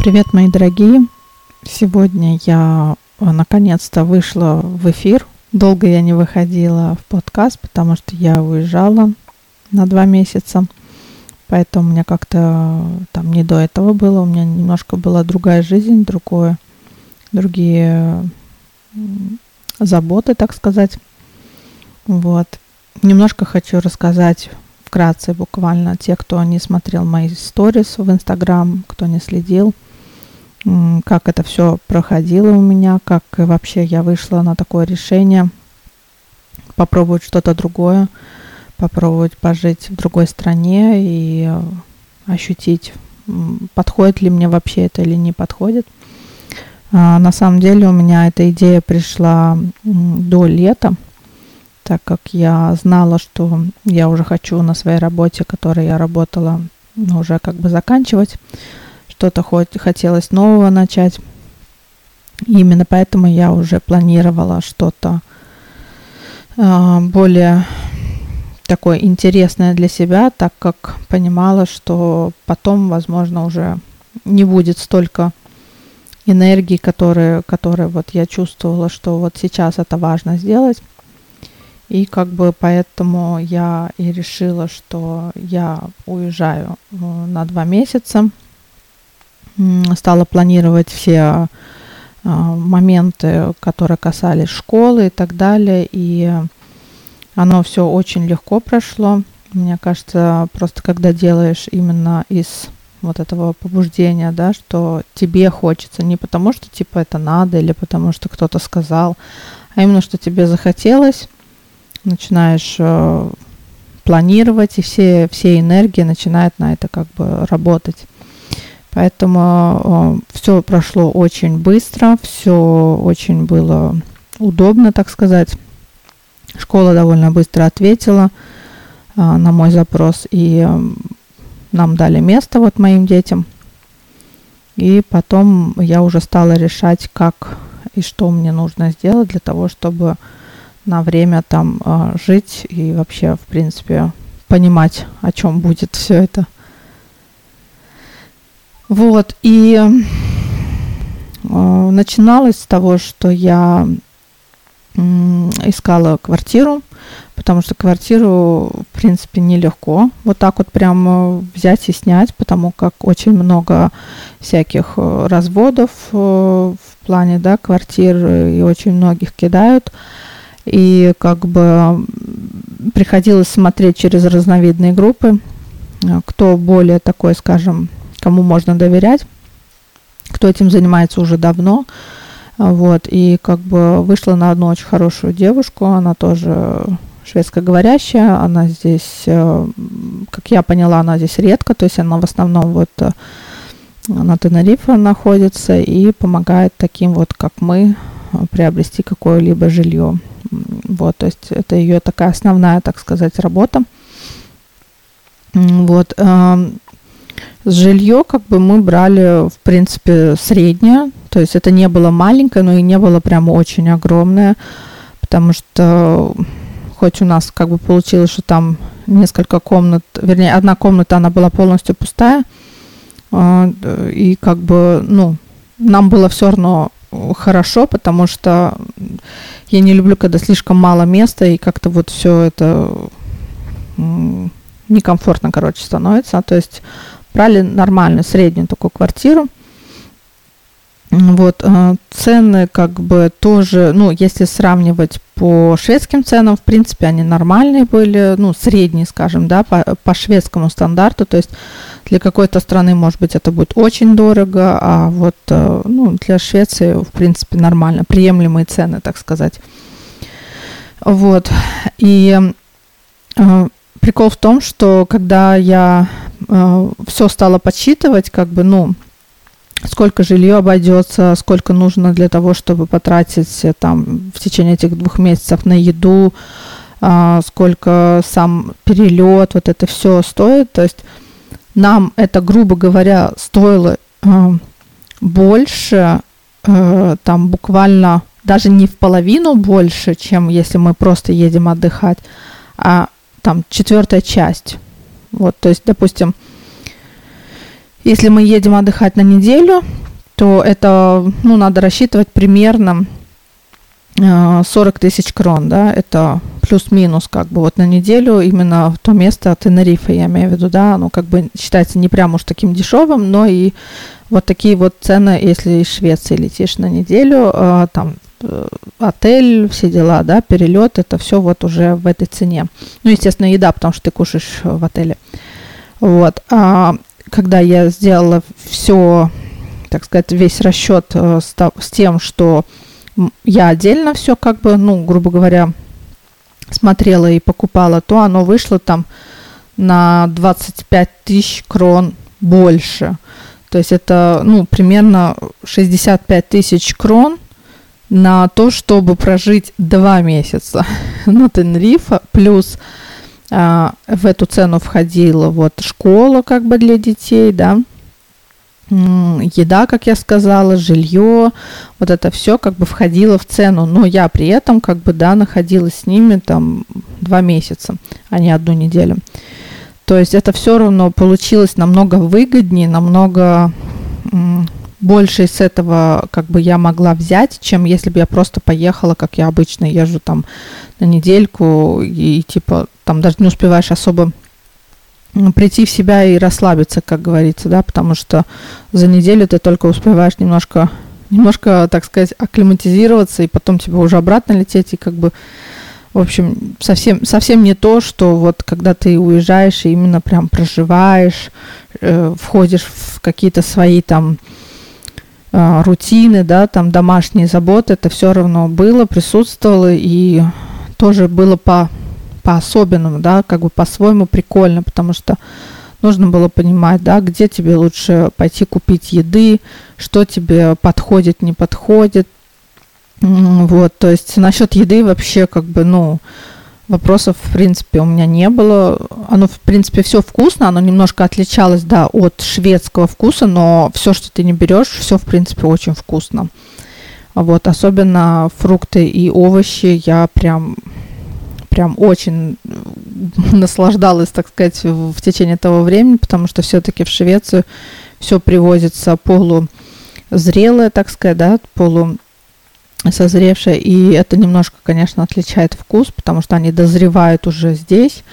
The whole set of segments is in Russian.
Привет, мои дорогие! Сегодня я наконец-то вышла в эфир. Долго я не выходила в подкаст, потому что я уезжала на 2 месяца. Поэтому у меня как-то там не до этого было. У меня немножко была другая жизнь, другие заботы, так сказать. Вот. Немножко хочу рассказать вкратце, буквально, те, кто не смотрел мои сторис в Инстаграм, кто не следил, как это все проходило у меня, как вообще я вышла на такое решение попробовать что-то другое, попробовать пожить в другой стране и ощутить, подходит ли мне вообще это или не подходит. На самом деле у меня эта идея пришла до лета, так как я знала, что я уже хочу на своей работе, которой я работала, уже как бы заканчивать. Что-то хотелось нового начать. И именно поэтому я уже планировала что-то более такое интересное для себя, так как понимала, что потом, возможно, уже не будет столько энергии, которые вот я чувствовала, что вот сейчас это важно сделать. И как бы поэтому я и решила, что я уезжаю на 2 месяца. Стала планировать все моменты, которые касались школы и так далее. И оно все очень легко прошло. Мне кажется, просто когда делаешь именно из вот этого побуждения, да, что тебе хочется, не потому что типа это надо или потому что кто-то сказал, а именно что тебе захотелось, начинаешь планировать, и все энергии начинают на это как бы работать. Поэтому все прошло очень быстро, все очень было удобно, так сказать. Школа довольно быстро ответила на мой запрос, и нам дали место вот моим детям. И потом я уже стала решать, как и что мне нужно сделать для того, чтобы на время там жить и вообще, в принципе, понимать, о чем будет все это. Вот, и начиналось с того, что я искала квартиру, потому что квартиру, в принципе, нелегко вот так вот прям взять и снять, потому как очень много всяких разводов в плане, да, квартир, и очень многих кидают. И как бы приходилось смотреть через разновидные группы, кто более такой, скажем, кому можно доверять, кто этим занимается уже давно. Вот, и как бы вышла на одну очень хорошую девушку, она тоже шведскоговорящая, она здесь, как я поняла, она здесь редко, то есть она в основном вот на Тенерифе находится и помогает таким вот, как мы, приобрести какое-либо жилье. Вот, то есть это ее такая основная, так сказать, работа. Вот, жилье как бы мы брали, в принципе, среднее, то есть это не было маленькое, но и не было прямо очень огромное, потому что хоть у нас как бы получилось, что там несколько комнат, вернее, одна комната, она была полностью пустая, и как бы, ну, нам было все равно хорошо, потому что я не люблю, когда слишком мало места, и как-то вот все это некомфортно, короче, становится, то есть брали нормальную, среднюю такую квартиру. Вот, цены как бы тоже, ну, если сравнивать по шведским ценам, в принципе, они нормальные были, ну, средние, скажем, да, по шведскому стандарту, то есть для какой-то страны, может быть, это будет очень дорого, а вот, ну, для Швеции, в принципе, нормально, приемлемые цены, так сказать. Вот, и прикол в том, что когда я все стала подсчитывать, как бы, ну, сколько жилье обойдется, сколько нужно для того, чтобы потратить там в течение этих 2 месяцев на еду, сколько сам перелет, вот это все стоит. То есть нам это, грубо говоря, стоило больше, там буквально даже не в половину больше, чем если мы просто едем отдыхать, а там 1/4 часть. Вот, то есть, допустим, Если мы едем отдыхать на неделю, то это, надо рассчитывать примерно 40 тысяч крон, да, это плюс-минус как бы вот на неделю именно в то место Тенерифе, я имею в виду, да, оно как бы считается не прям уж таким дешевым, но и вот такие вот цены, если из Швеции летишь на неделю, там отель, все дела, да, перелет, это все вот уже в этой цене. Естественно, еда, потому что ты кушаешь в отеле. Вот. А когда я сделала все, так сказать, весь расчет с тем, что я отдельно все как бы, грубо говоря, смотрела и покупала, то оно вышло там на 25 тысяч крон больше. То есть это, примерно 65 тысяч крон на то, чтобы прожить 2 месяца на Тенерифе, плюс в эту цену входила вот школа как бы для детей, да, еда, как я сказала, жилье, вот это все как бы входило в цену, но я при этом как бы, да, находилась с ними там 2 месяца, а не 1 неделю. То есть это все равно получилось намного выгоднее, намного больше из этого как бы я могла взять, чем если бы я просто поехала, как я обычно езжу там на недельку и типа там даже не успеваешь особо прийти в себя и расслабиться, как говорится, да, потому что за неделю ты только успеваешь немножко, так сказать, акклиматизироваться, и потом тебе уже обратно лететь, и как бы, в общем, совсем не то, что вот когда ты уезжаешь и именно прям проживаешь, входишь в какие-то свои там рутины, да, там домашние заботы, это все равно было, присутствовало, и тоже было по-особенному, да, как бы по-своему прикольно, потому что нужно было понимать, да, где тебе лучше пойти купить еды, что тебе подходит, не подходит. Вот, то есть насчет еды вообще как бы, вопросов в принципе у меня не было. Оно в принципе все вкусно, оно немножко отличалось, да, от шведского вкуса, но все, что ты не берешь, все в принципе очень вкусно. Вот, особенно фрукты и овощи я прям очень наслаждалась, так сказать, в течение того времени, потому что все-таки в Швецию все привозится полузрелое, так сказать, да, полусозревшее, и это немножко, конечно, отличает вкус, потому что они дозревают уже здесь,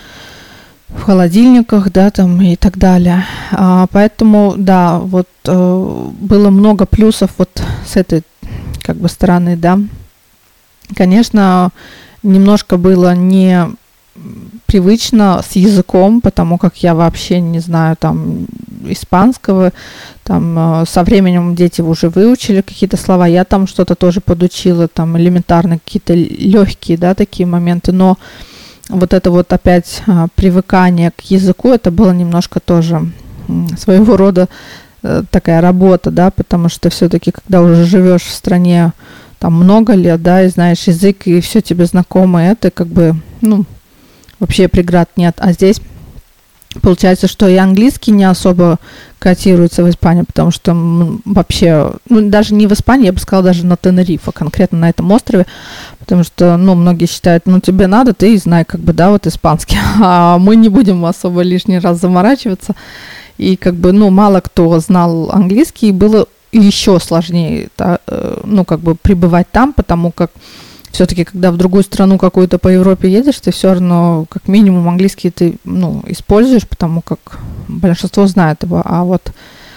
в холодильниках, да, там и так далее. Поэтому, да, вот было много плюсов вот с этой, как бы, стороны, да. Конечно, немножко было не привычно с языком, потому как я вообще не знаю там испанского, там со временем дети уже выучили какие-то слова, я там что-то тоже подучила, там элементарно какие-то легкие, да, такие моменты, но вот это вот опять привыкание к языку, это было немножко тоже своего рода такая работа, да, потому что все-таки, когда уже живешь в стране там много лет, да, и знаешь язык, и все тебе знакомо, это как бы, вообще преград нет. А здесь получается, что и английский не особо котируется в Испании, потому что вообще, даже не в Испании, я бы сказала, даже на Тенерифе, конкретно на этом острове, потому что, многие считают, тебе надо, ты знай, как бы, да, вот испанский, а мы не будем особо лишний раз заморачиваться, и как бы, мало кто знал английский, и было еще сложнее, да, как бы пребывать там, потому как все-таки, когда в другую страну какую-то по Европе едешь, ты все равно, как минимум, английский ты, используешь, потому как большинство знает его, а вот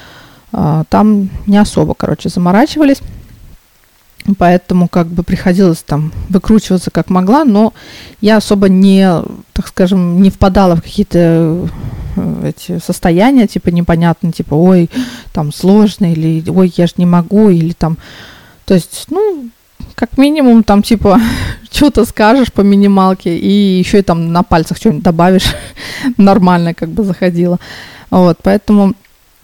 там не особо, заморачивались, поэтому как бы приходилось там выкручиваться как могла, но я особо не, так скажем, не впадала в какие-то эти состояния, типа непонятно, типа ой, там сложно, или ой, я же не могу, или там, то есть, как минимум там типа что-то скажешь по минималке, и еще и там на пальцах что-нибудь добавишь, нормально как бы заходило. Вот, поэтому,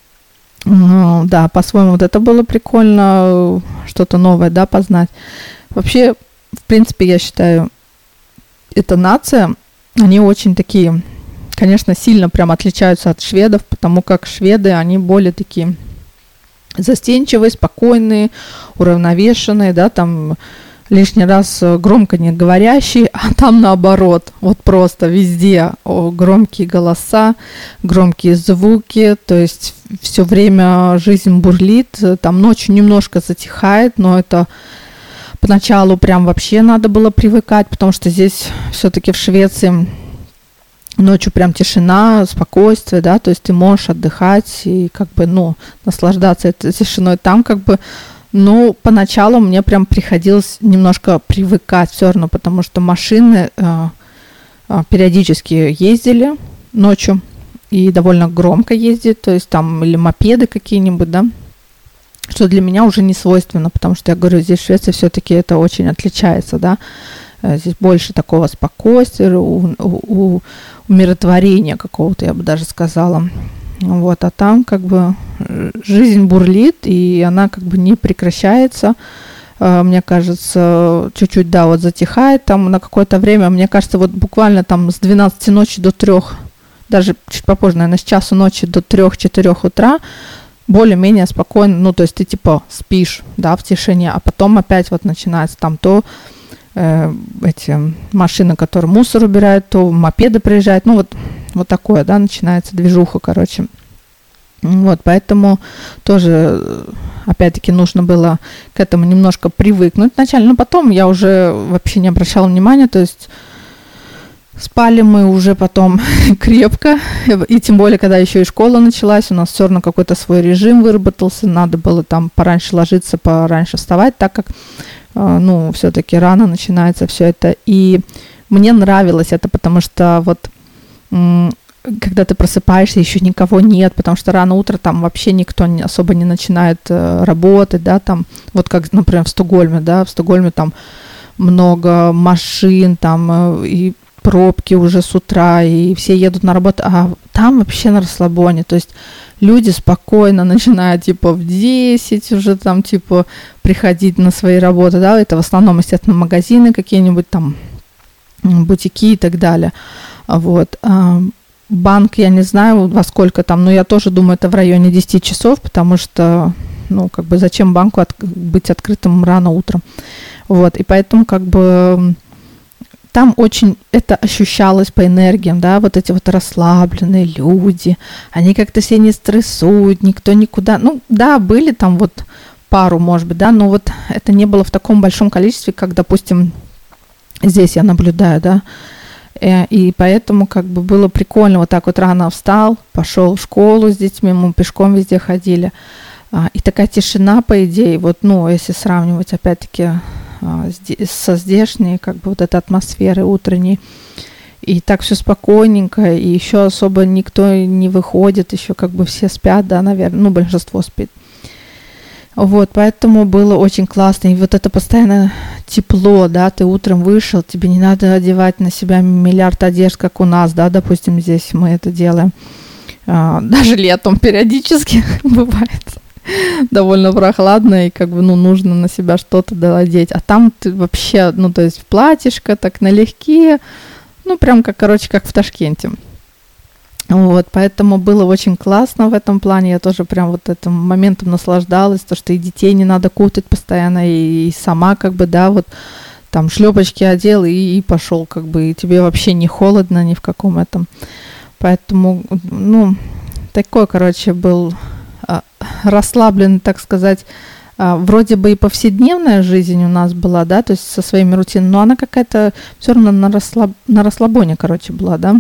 да, по-своему вот это было прикольно, что-то новое, да, познать. Вообще, в принципе, я считаю, эта нация, они очень такие, конечно, сильно прям отличаются от шведов, потому как шведы, они более такие застенчивые, спокойные, уравновешенные, да, там лишний раз громко не говорящий, а там наоборот, вот просто везде громкие голоса, громкие звуки, то есть все время жизнь бурлит, там ночью немножко затихает, но это поначалу прям вообще надо было привыкать, потому что здесь все-таки в Швеции ночью прям тишина, спокойствие, да, то есть ты можешь отдыхать и как бы, наслаждаться этой тишиной. Там как бы, поначалу мне прям приходилось немножко привыкать все равно, потому что машины периодически ездили ночью и довольно громко ездят, то есть там или мопеды какие-нибудь, да, что для меня уже не свойственно, потому что, я говорю, здесь в Швеции все-таки это очень отличается, да, здесь больше такого спокойствия, умиротворения какого-то, я бы даже сказала. Вот, а там как бы жизнь бурлит, и она как бы не прекращается. Мне кажется, чуть-чуть, да, вот затихает там на какое-то время. Мне кажется, вот буквально там с 12 ночи до 3, даже чуть попозже, наверное, с часу ночи до 3-4 утра более-менее спокойно, то есть ты типа спишь, да, в тишине, а потом опять вот начинается там то эти машины, которые мусор убирают, то мопеды приезжают, вот такое, да, начинается движуха, короче. Вот, поэтому тоже, опять-таки, нужно было к этому немножко привыкнуть вначале, но потом я уже вообще не обращала внимания, то есть спали мы уже потом крепко, и тем более, когда еще и школа началась, у нас все равно какой-то свой режим выработался, надо было там пораньше ложиться, пораньше вставать, так как, все-таки рано начинается все это, и мне нравилось это, потому что вот когда ты просыпаешься, еще никого нет, потому что рано утром там вообще никто особо не начинает работать, да, там, вот как, например, в Стокгольме, да, в Стокгольме там много машин, там, и пробки уже с утра, и все едут на работу, а там вообще на расслабоне, то есть люди спокойно начинают, типа, в 10 уже там, типа, приходить на свои работы, да, это в основном, естественно, магазины какие-нибудь там, бутики и так далее, вот. Банк, я не знаю, во сколько там, но я тоже думаю, это в районе 10 часов, потому что, как бы, зачем банку быть открытым рано утром, вот, и поэтому, как бы, там очень это ощущалось по энергиям, да, вот эти вот расслабленные люди, они как-то все не стрессуют, никто никуда, да, были там вот пару, может быть, да, но вот это не было в таком большом количестве, как, допустим, здесь я наблюдаю, да, и поэтому как бы было прикольно, вот так вот рано встал, пошел в школу с детьми, мы пешком везде ходили, и такая тишина, по идее, вот, если сравнивать, опять-таки, со здешней, как бы, вот этой атмосферой утренней, и так все спокойненько, и еще особо никто не выходит, еще как бы все спят, да, наверное, большинство спит. Вот, поэтому было очень классно, и вот это постоянно тепло, да, ты утром вышел, тебе не надо одевать на себя миллиард одежд, как у нас, да, допустим, здесь мы это делаем, даже летом периодически бывает довольно прохладно, и как бы, нужно на себя что-то одеть, а там ты вообще, то есть в платьишко, так налегке, прям как, короче, как в Ташкенте. Вот, поэтому было очень классно в этом плане, я тоже прям вот этим моментом наслаждалась, то, что и детей не надо кутать постоянно, и сама как бы, да, вот там шлепочки одел и пошел, как бы, и тебе вообще не холодно ни в каком этом. Поэтому, такой, короче, был расслабленный, так сказать, вроде бы и повседневная жизнь у нас была, да, то есть со своими рутинами, но она какая-то все равно на расслабоне, короче, была, да.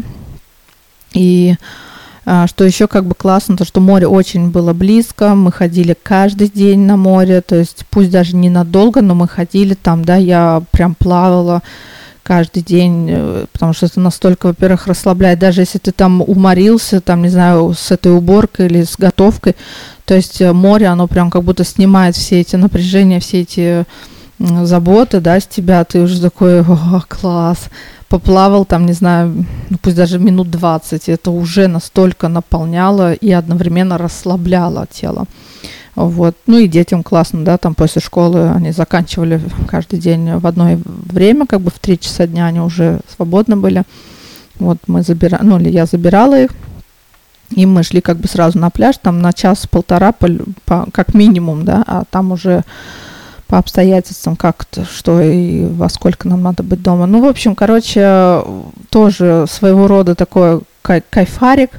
И что еще как бы классно, то что море очень было близко, мы ходили каждый день на море, то есть пусть даже ненадолго, но мы ходили там, да, я прям плавала каждый день, потому что это настолько, во-первых, расслабляет, даже если ты там уморился, там, не знаю, с этой уборкой или с готовкой, то есть море, оно прям как будто снимает все эти напряжения, все эти заботы, да, с тебя, ты уже такой, класс, поплавал там, не знаю, пусть даже минут 20, это уже настолько наполняло и одновременно расслабляло тело. Вот. И детям классно, да, там после школы они заканчивали каждый день в одно время, как бы в 3 часа дня они уже свободны были. Вот мы или я забирала их, и мы шли как бы сразу на пляж, там на час-полтора как минимум, да, а там уже по обстоятельствам, как-то, что и во сколько нам надо быть дома. Ну, в общем, короче, тоже своего рода такой кайфарик,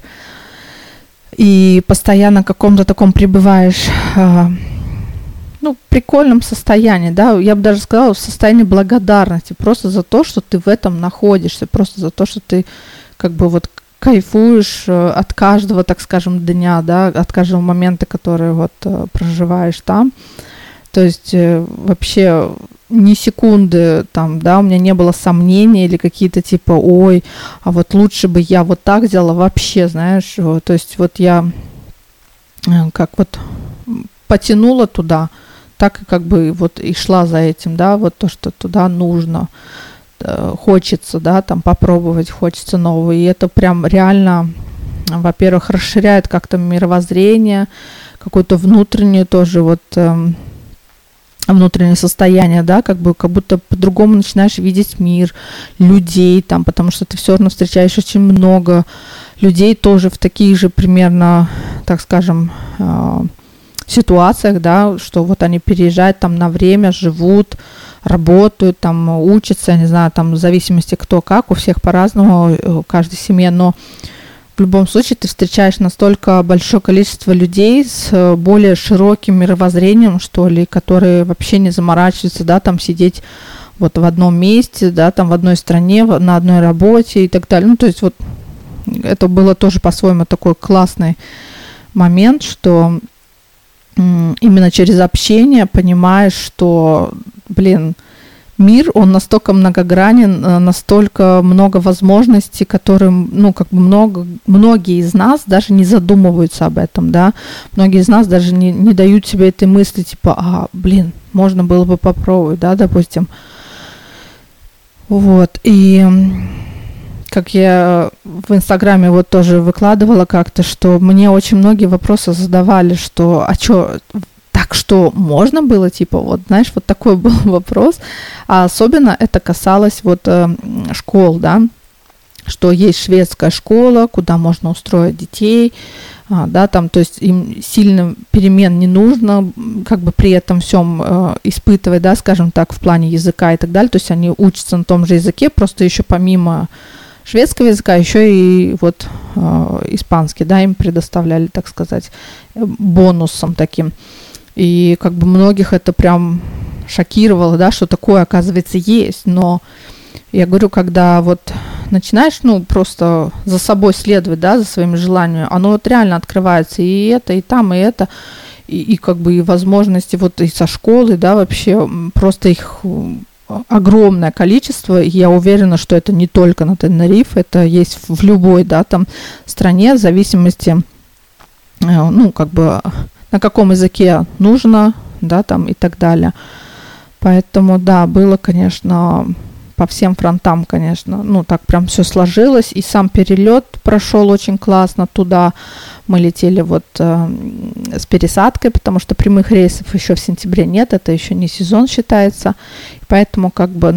и постоянно в каком-то таком пребываешь, прикольном состоянии, да, я бы даже сказала, в состоянии благодарности просто за то, что ты в этом находишься, просто за то, что ты как бы вот кайфуешь от каждого, так скажем, дня, да, от каждого момента, который вот проживаешь там. То есть вообще ни секунды там, да, у меня не было сомнений или какие-то типа, ой, а вот лучше бы я вот так сделала вообще, знаешь, то есть вот я как вот потянула туда, так и как бы вот и шла за этим, да, вот то, что туда нужно, хочется, да, там попробовать, хочется нового, и это прям реально, во-первых, расширяет как-то мировоззрение, какое-то внутреннее тоже вот внутреннее состояние, да, как будто по-другому начинаешь видеть мир, людей там, потому что ты все равно встречаешь очень много людей тоже в таких же примерно, так скажем, ситуациях, да, что вот они переезжают там на время, живут, работают, там учатся, я не знаю, там в зависимости кто как, у всех по-разному, у каждой семьи, но в любом случае ты встречаешь настолько большое количество людей с более широким мировоззрением, что ли, которые вообще не заморачиваются, да, там сидеть вот в одном месте, да, там в одной стране, на одной работе и так далее. Ну, то есть вот это было тоже по-своему такой классный момент, что именно через общение понимаешь, что, мир, он настолько многогранен, настолько много возможностей, которые, многие из нас даже не задумываются об этом, да, многие из нас даже не дают себе этой мысли, типа, можно было бы попробовать, да, допустим, вот, и как я в Инстаграме вот тоже выкладывала как-то, что мне очень многие вопросы задавали, что, так что можно было, типа, вот, знаешь, вот такой был вопрос, а особенно это касалось вот школ, да, что есть шведская школа, куда можно устроить детей, да, там, то есть им сильно перемен не нужно, как бы при этом всем испытывать, да, скажем так, в плане языка и так далее, то есть они учатся на том же языке, просто еще помимо шведского языка, еще и вот испанский, да, им предоставляли, так сказать, бонусом таким. И как бы многих это прям шокировало, да, что такое, оказывается, есть. Но я говорю, когда вот начинаешь, просто за собой следовать, да, за своими желаниями, оно вот реально открывается и это, и там, и это, и как бы и возможности вот и со школы, да, вообще просто их огромное количество. Я уверена, что это не только на Тенерифе, это есть в любой, да, там стране, в зависимости, как бы на каком языке нужно, да, там и так далее. Поэтому, да, было, конечно, по всем фронтам, конечно, так прям все сложилось, и сам перелет прошел очень классно туда. Мы летели вот с пересадкой, потому что прямых рейсов еще в сентябре нет, это еще не сезон считается, поэтому как бы,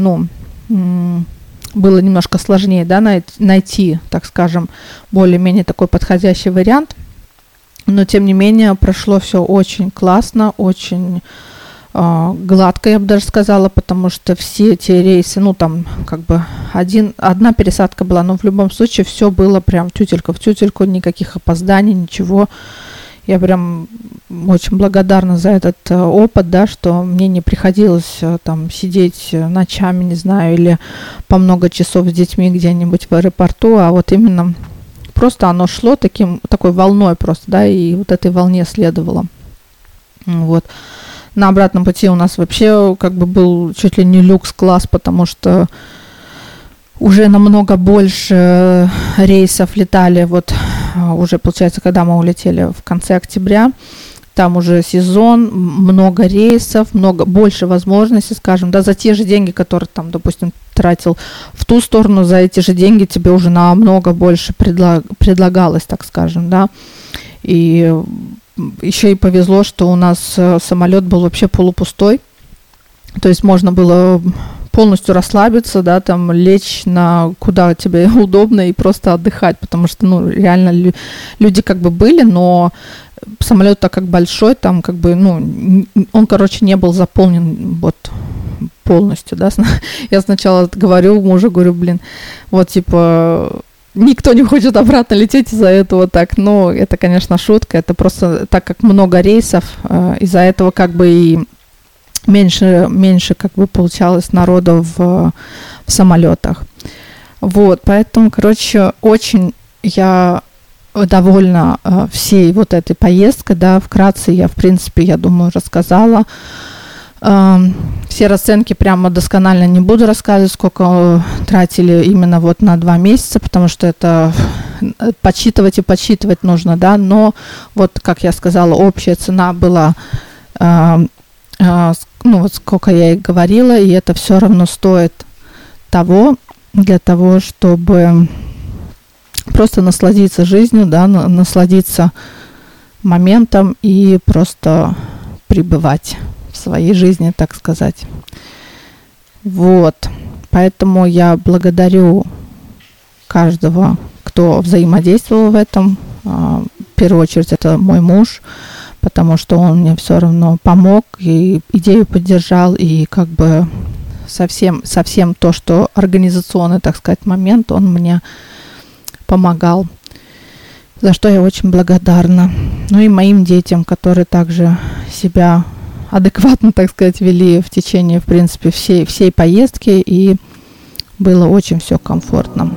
было немножко сложнее, да, найти, так скажем, более-менее такой подходящий вариант, но тем не менее прошло все очень классно, очень гладко, я бы даже сказала, потому что все эти рейсы, там как бы одна пересадка была, но в любом случае все было прям тютелька в тютельку, никаких опозданий, ничего. Я прям очень благодарна за этот опыт, да, что мне не приходилось там сидеть ночами, не знаю, или по много часов с детьми где-нибудь в аэропорту, а вот именно просто оно шло такой волной просто, да, и вот этой волне следовало. Вот. На обратном пути у нас вообще как бы был чуть ли не люкс-класс, потому что уже намного больше рейсов летали, вот уже, получается, когда мы улетели в конце октября, там уже сезон, много рейсов, больше возможностей, скажем, да, за те же деньги, которые там, допустим, тратил в ту сторону, за эти же деньги тебе уже намного больше предлагалось, так скажем, да, и еще и повезло, что у нас самолет был вообще полупустой, то есть можно было полностью расслабиться, да, там лечь на куда тебе удобно и просто отдыхать, потому что, реально люди как бы были, но самолет так как большой, там как бы, ну, он, короче, не был заполнен вот полностью, да. Я сначала говорю мужу, говорю, блин, вот типа никто не хочет обратно лететь из-за этого так. Но это, конечно, шутка, это просто так как много рейсов, из-за этого как бы и меньше как бы получалось народу в самолетах. Вот, поэтому, короче, очень я довольна всей вот этой поездкой, да, вкратце я, в принципе, я думаю, рассказала. Все расценки прямо досконально не буду рассказывать, сколько тратили именно вот на 2 месяца, потому что это подсчитывать и подсчитывать нужно, да, но вот, как я сказала, общая цена была, ну, вот сколько я и говорила, и это все равно стоит того, для того, чтобы просто насладиться жизнью, да, насладиться моментом и просто пребывать в своей жизни, так сказать. Вот. Поэтому я благодарю каждого, кто взаимодействовал в этом. В первую очередь это мой муж, потому что он мне все равно помог и идею поддержал, и как бы совсем то, что организационный, так сказать, момент, он мне помогал, за что я очень благодарна. Ну и моим детям, которые также себя адекватно, так сказать, вели в течение, в принципе, всей поездки, и было очень все комфортно.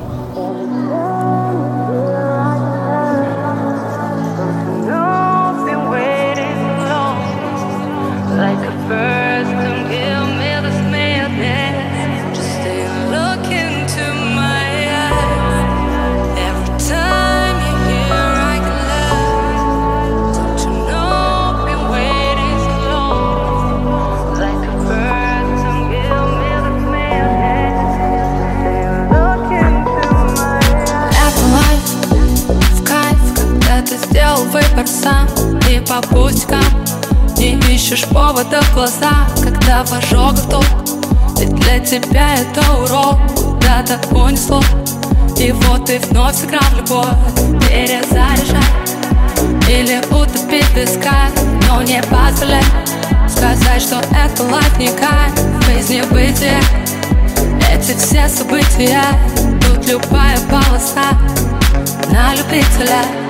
Выбор сам и по путикам не ищешь повода в глаза, когда в ожогах толк. Ведь для тебя это урок, куда-то унесло. И вот ты вновь сыграл в любовь, перезаряжай или утопить в песках, но не позволяй сказать, что это лайф не кайф, жизнь не бытие. Эти все события, тут любая полоса на любителя.